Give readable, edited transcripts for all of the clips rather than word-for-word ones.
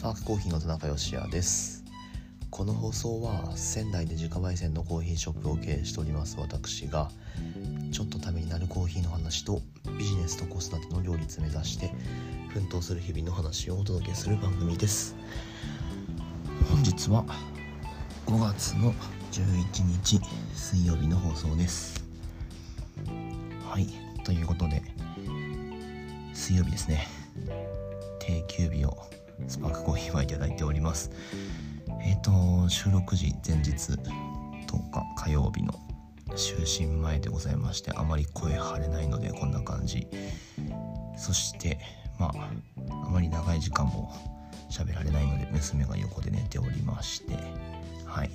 アークコーヒーの田中芳也です。この放送は仙台で自家焙煎のコーヒーショップを経営しております私がちょっとためになるコーヒーの話とビジネスと子育ての両立目指して奮闘する日々の話をお届けする番組です。本日は5月の11日水曜日の放送です。はい、ということで水曜日ですね。定休日をスパークコーヒーはいただいております。収録時前日10日火曜日の就寝前でございまして、あまり声張れないのでこんな感じ。そしてあまり長い時間も喋られないので娘が横で寝ておりまして、はい、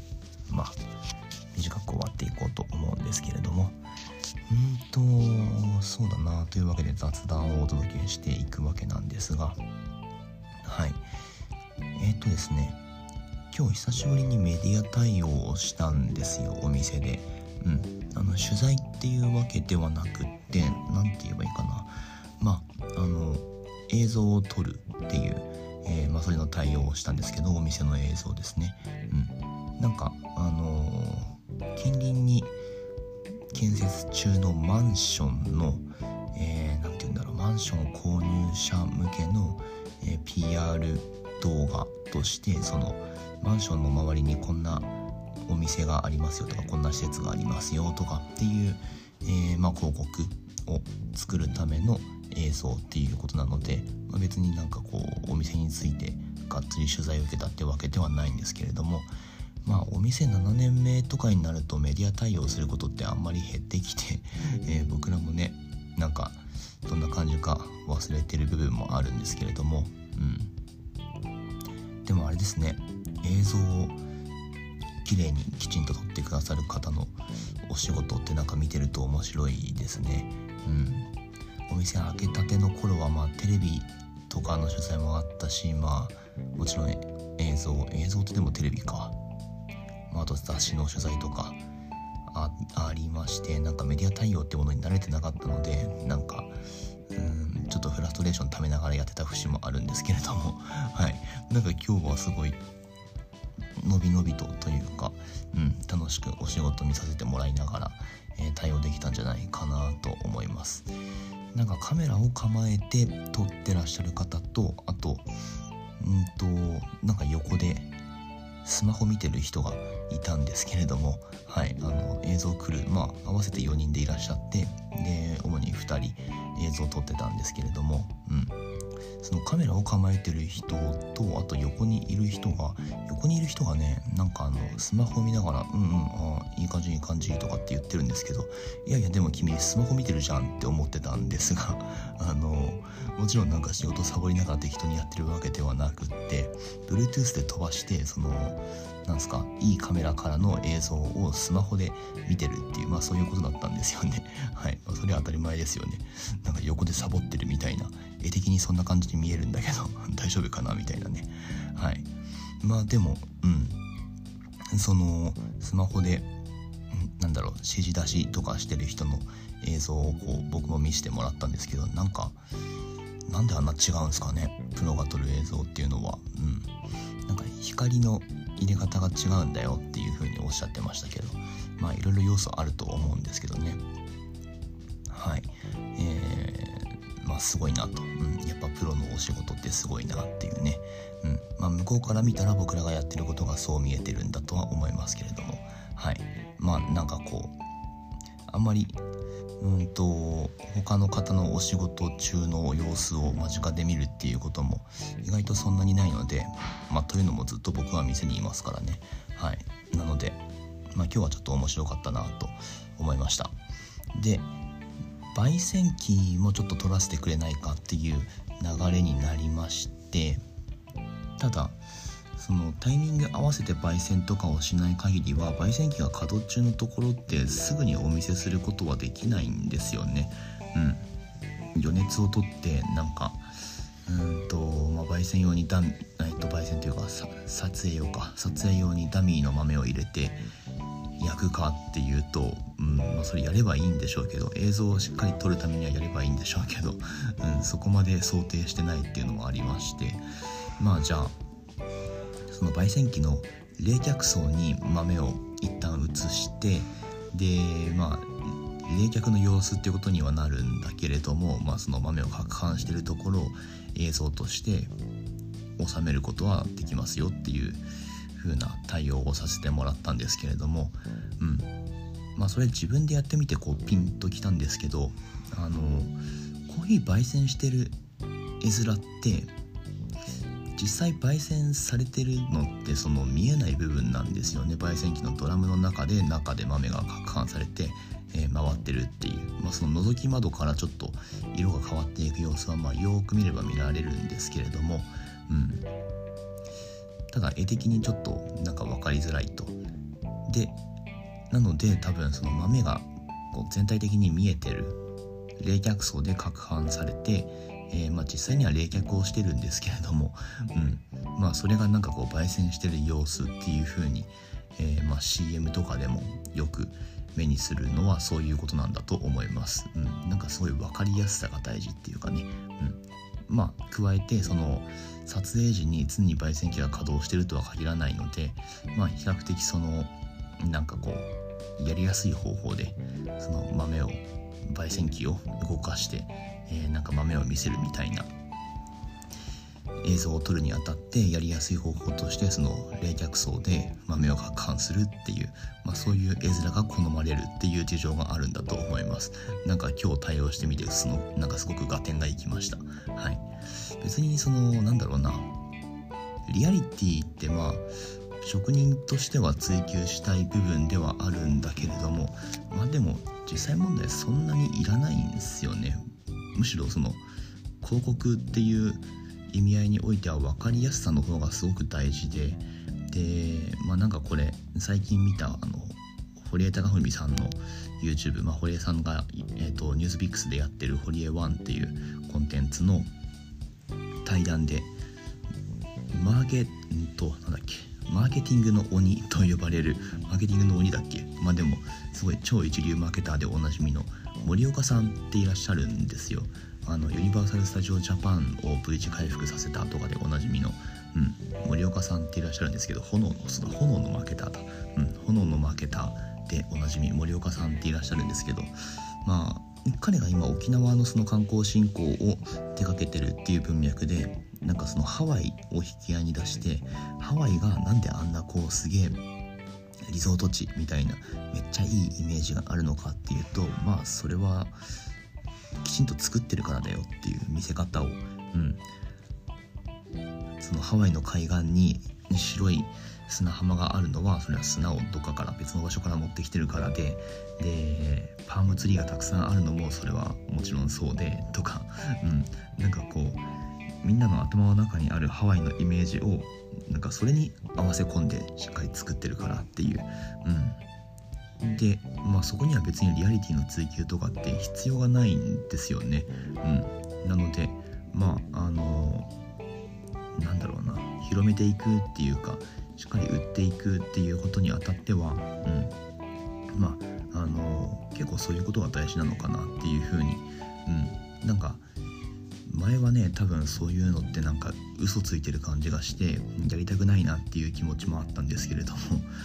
短く終わっていこうと思うんですけれども、そうだなというわけで雑談をお届けしていくわけなんですが、はい、ですね、今日久しぶりにメディア対応をしたんですよ、お店で。取材っていうわけではなくって、なんて言えばいいかな、映像を撮るっていう、それの対応をしたんですけど、お店の映像ですね。近隣に建設中のマンションの、マンション購入者向けの、PR 動画として、そのマンションの周りにこんなお店がありますよとか、こんな施設がありますよとかっていう、広告を作るための映像っていうことなので、別にお店についてがっつり取材を受けたってわけではないんですけれども、お店7年目とかになるとメディア対応することってあんまり減ってきて、僕らもねどんな感じか忘れてる部分もあるんですけれども、でもあれですね、映像を綺麗にきちんと撮ってくださる方のお仕事って見てると面白いですね。お店開けたての頃はテレビとかの取材もあったし、もちろん映像ってでもテレビか、あと雑誌の取材とか ありまして、メディア対応ってものに慣れてなかったので、ちょっとフラストレーションためながらやってた節もあるんですけれども、はい、今日はすごいのびのびというか、楽しくお仕事見させてもらいながら、対応できたんじゃないかなと思います。カメラを構えて撮ってらっしゃる方と、あと横でスマホ見てる人がいたんですけれども、はい、映像クルー、合わせて4人でいらっしゃって、で主に2人映像を撮ってたんですけれども、そのカメラを構えてる人と、あと横にいる人がね、スマホ見ながらいい感じいい感じとかって言ってるんですけど、いやでも君スマホ見てるじゃんって思ってたんですが、もちろん仕事サボりながら適当にやってるわけではなくって、 Bluetooth で飛ばして、いいカメラからの映像をスマホで見てるっていう、そういうことだったんですよね。はい、それは当たり前ですよね。横でサボってるみたいな、絵的にそんな感じに見えるんだけど大丈夫かなみたいなね。はい、でもそのスマホで指示出しとかしてる人の映像を僕も見せてもらったんですけど、なんであんな違うんですかね、プロが撮る映像っていうのは。光の入れ方が違うんだよっていう風におっしゃってましたけど、いろいろ要素あると思うんですけどね。はい、すごいなと、やっぱプロのお仕事ってすごいなっていうね。向こうから見たら僕らがやってることがそう見えてるんだとは思いますけれども、はい、あんまり他の方のお仕事中の様子を間近で見るっていうことも意外とそんなにないので、というのもずっと僕は店にいますからね。はい、なので今日はちょっと面白かったなと思いました。で、焙煎機もちょっと取らせてくれないかっていう流れになりまして、ただそのタイミング合わせて焙煎とかをしない限りは、焙煎機が稼働中のところってすぐにお見せすることはできないんですよね。余熱を取って焙煎用に焙煎というか撮影用にダミーの豆を入れて焼くかっていうと、それやればいいんでしょうけど、映像をしっかり撮るためにはやればいいんでしょうけど、そこまで想定してないっていうのもありまして、 じゃあその焙煎機の冷却層に豆を一旦移して、で冷却の様子っていうことにはなるんだけれども、その豆を攪拌しているところを映像として収めることはできますよっていう風な対応をさせてもらったんですけれども、それ自分でやってみてピンときたんですけど、コーヒー焙煎してる絵面って実際焙煎されてるのってその見えない部分なんですよね。焙煎機のドラムの中で豆が攪拌されて、回ってるっていう、その覗き窓からちょっと色が変わっていく様子はよく見れば見られるんですけれども、ただ絵的にちょっと分かりづらいと。でなので多分その豆が全体的に見えてる冷却層で攪拌されて、実際には冷却をしてるんですけれども、それが焙煎してる様子っていう風に、CM とかでもよく目にするのはそういうことなんだと思います。すごい分かりやすさが大事っていうかね、加えてその撮影時に常に焙煎機が稼働してるとは限らないので、比較的そのやりやすい方法でその焙煎機を動かして、豆を見せるみたいな映像を撮るにあたってやりやすい方法として、その冷却層で豆を攪拌するっていう、そういう絵面が好まれるっていう事情があるんだと思います。今日対応してみてすごく合点がいきました。別にそのリアリティって職人としては追求したい部分ではあるんだけれども、でも実際問題そんなにいらないんですよね。むしろその広告っていう意味合いにおいては分かりやすさの方がすごく大事で、これ最近見た堀江貴文さんの YouTube、堀江さんが、ニュースピックスでやってる堀江1っていうコンテンツの対談でマーケティングの鬼と呼ばれる、マーケティングの鬼だっけ、でもすごい超一流マーケターでおなじみの森岡さんっていらっしゃるんですよ。ユニバーサル・スタジオ・ジャパンを V 字回復させたとかでおなじみの、森岡さんっていらっしゃるんですけど、炎のマーケターだ、炎のマーケターでおなじみ森岡さんっていらっしゃるんですけど、彼が今沖縄のその観光振興を手掛けてるっていう文脈で、そのハワイを引き合いに出して、ハワイがなんであんなすげえリゾート地みたいなめっちゃいいイメージがあるのかっていうと、それはきちんと作ってるからだよっていう見せ方を、そのハワイの海岸に白い砂浜があるのは、それは砂をどっかから別の場所から持ってきてるからで、パームツリーがたくさんあるのもそれはもちろんそうでとか、みんなの頭の中にあるハワイのイメージをそれに合わせ込んでしっかり作ってるからっていう、でそこには別にリアリティの追求とかって必要がないんですよね。なので広めていくっていうか、しっかり売っていくっていうことにあたっては、結構そういうことが大事なのかなっていうふうに、前はね多分そういうのって嘘ついてる感じがしてやりたくないなっていう気持ちもあったんですけれども、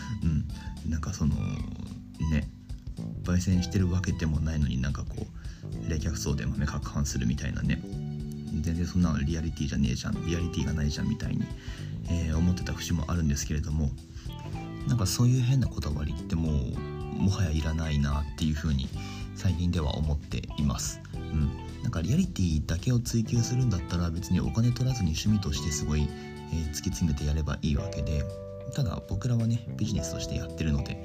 焙煎してるわけでもないのに冷却層で豆攪拌するみたいなね、全然そんなのリアリティじゃねえじゃん、リアリティがないじゃんみたいに、思ってた節もあるんですけれども、そういう変なこだわりってもはやいらないなっていう風に最近では思っています。リアリティだけを追求するんだったら別にお金取らずに趣味としてすごい、突き詰めてやればいいわけで、ただ僕らはねビジネスとしてやってるので、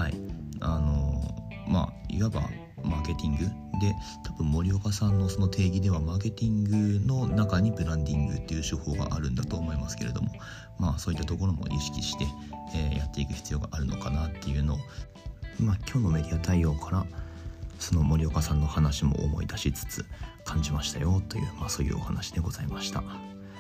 いわばマーケティングで、多分森岡さんのその定義ではマーケティングの中にブランディングっていう手法があるんだと思いますけれども、そういったところも意識して、やっていく必要があるのかなっていうのを、今日のメディア対応からその森岡さんの話も思い出しつつ感じましたよという、そういうお話でございました。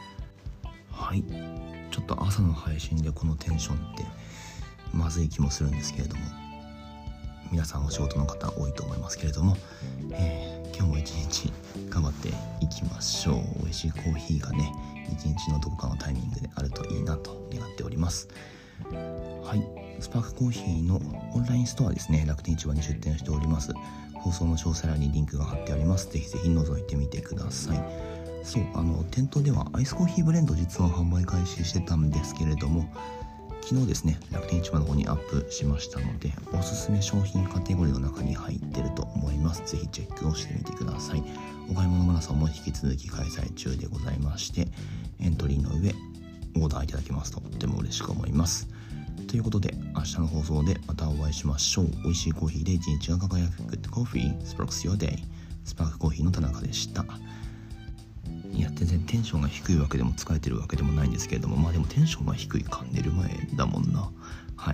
ちょっと朝の配信でこのテンションってまずい気もするんですけれども、皆さんお仕事の方多いと思いますけれども、今日も一日頑張っていきましょう。美味しいコーヒーがね一日のどこかのタイミングであるといいなと願っております。はい、スパークコーヒーのオンラインストアですね、楽天市場に出店しております。放送の詳細欄にリンクが貼ってあります。ぜひぜひ覗いてみてください。そう、店頭ではアイスコーヒーブレンド実は販売開始してたんですけれども、昨日ですね、楽天市場の方にアップしましたので、おすすめ商品カテゴリーの中に入っていると思います。ぜひチェックをしてみてください。お買い物マラソンも引き続き開催中でございまして、エントリーの上オーダーいただけますととっても嬉しく思います。ということで、明日の放送でまたお会いしましょう。美味しいコーヒーで一日が輝く Good Coffee Sparks Your Day。 スパークコーヒーの田中でした。いや、全然テンションが低いわけでも疲れてるわけでもないんですけれども、まあでもテンションが低いか、寝る前だもんな。はい、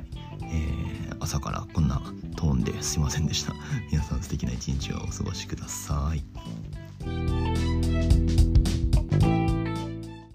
朝からこんなトーンですいませんでした。皆さん素敵な一日をお過ごしください。